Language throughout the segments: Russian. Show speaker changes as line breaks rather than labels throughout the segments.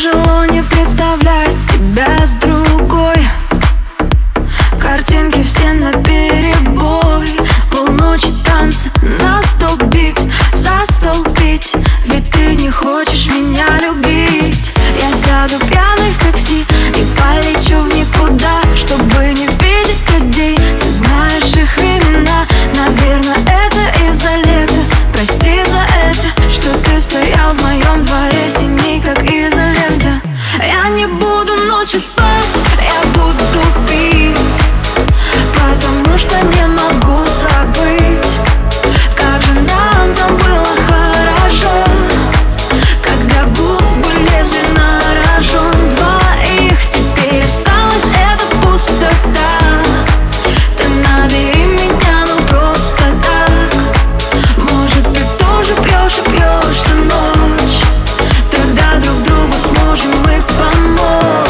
Тяжело не представлять тебя с другой. Картинки все наперебой. Полночи танцы на столбит, застолбить. Ведь ты не хочешь меня любить. Я сяду пьяный в такси и полечу в никуда, чтобы не видеть людей. Ты знаешь их имена. Наверное, это из-за лета. Прости за это, что ты стоял в моем дворе, синий как изолента. Я не буду ночью спать, я буду пить, потому что не могу забыть, как же нам там было хорошо, когда губы лезли на рожон двоих. Теперь осталась эта пустота. Ты набери меня, ну просто так. Может, ты тоже пьешь и пьешь всю ночь. Тогда друг другу сможем мы помочь.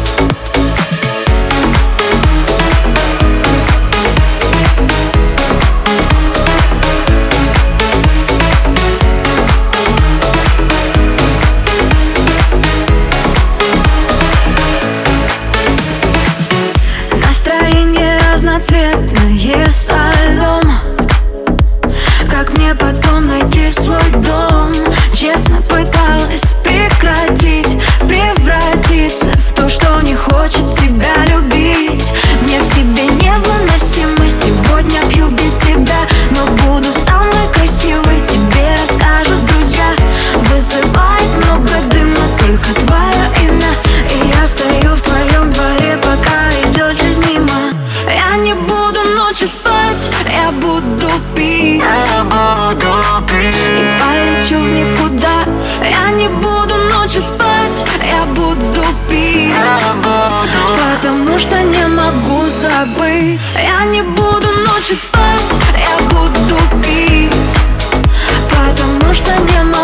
Настроение разноцветное со льдом. Как мне потом найти свой дом? Честно пыталась прекратить, превратиться в то, что не хочет тебя любить. Мне в себе невыносимо. Сегодня пью без тебя, но буду самой красивой. Тебе расскажут друзья. Вызывает много дыма только твое имя, и я стою в твоем дворе, пока идет жизнь мимо. Я не буду ночью спать, я буду пить, и полечу в никуда. Я не буду ночью спать, я буду пить, потому что не могу забыть. Я не буду ночью спать, я буду пить, потому что не могу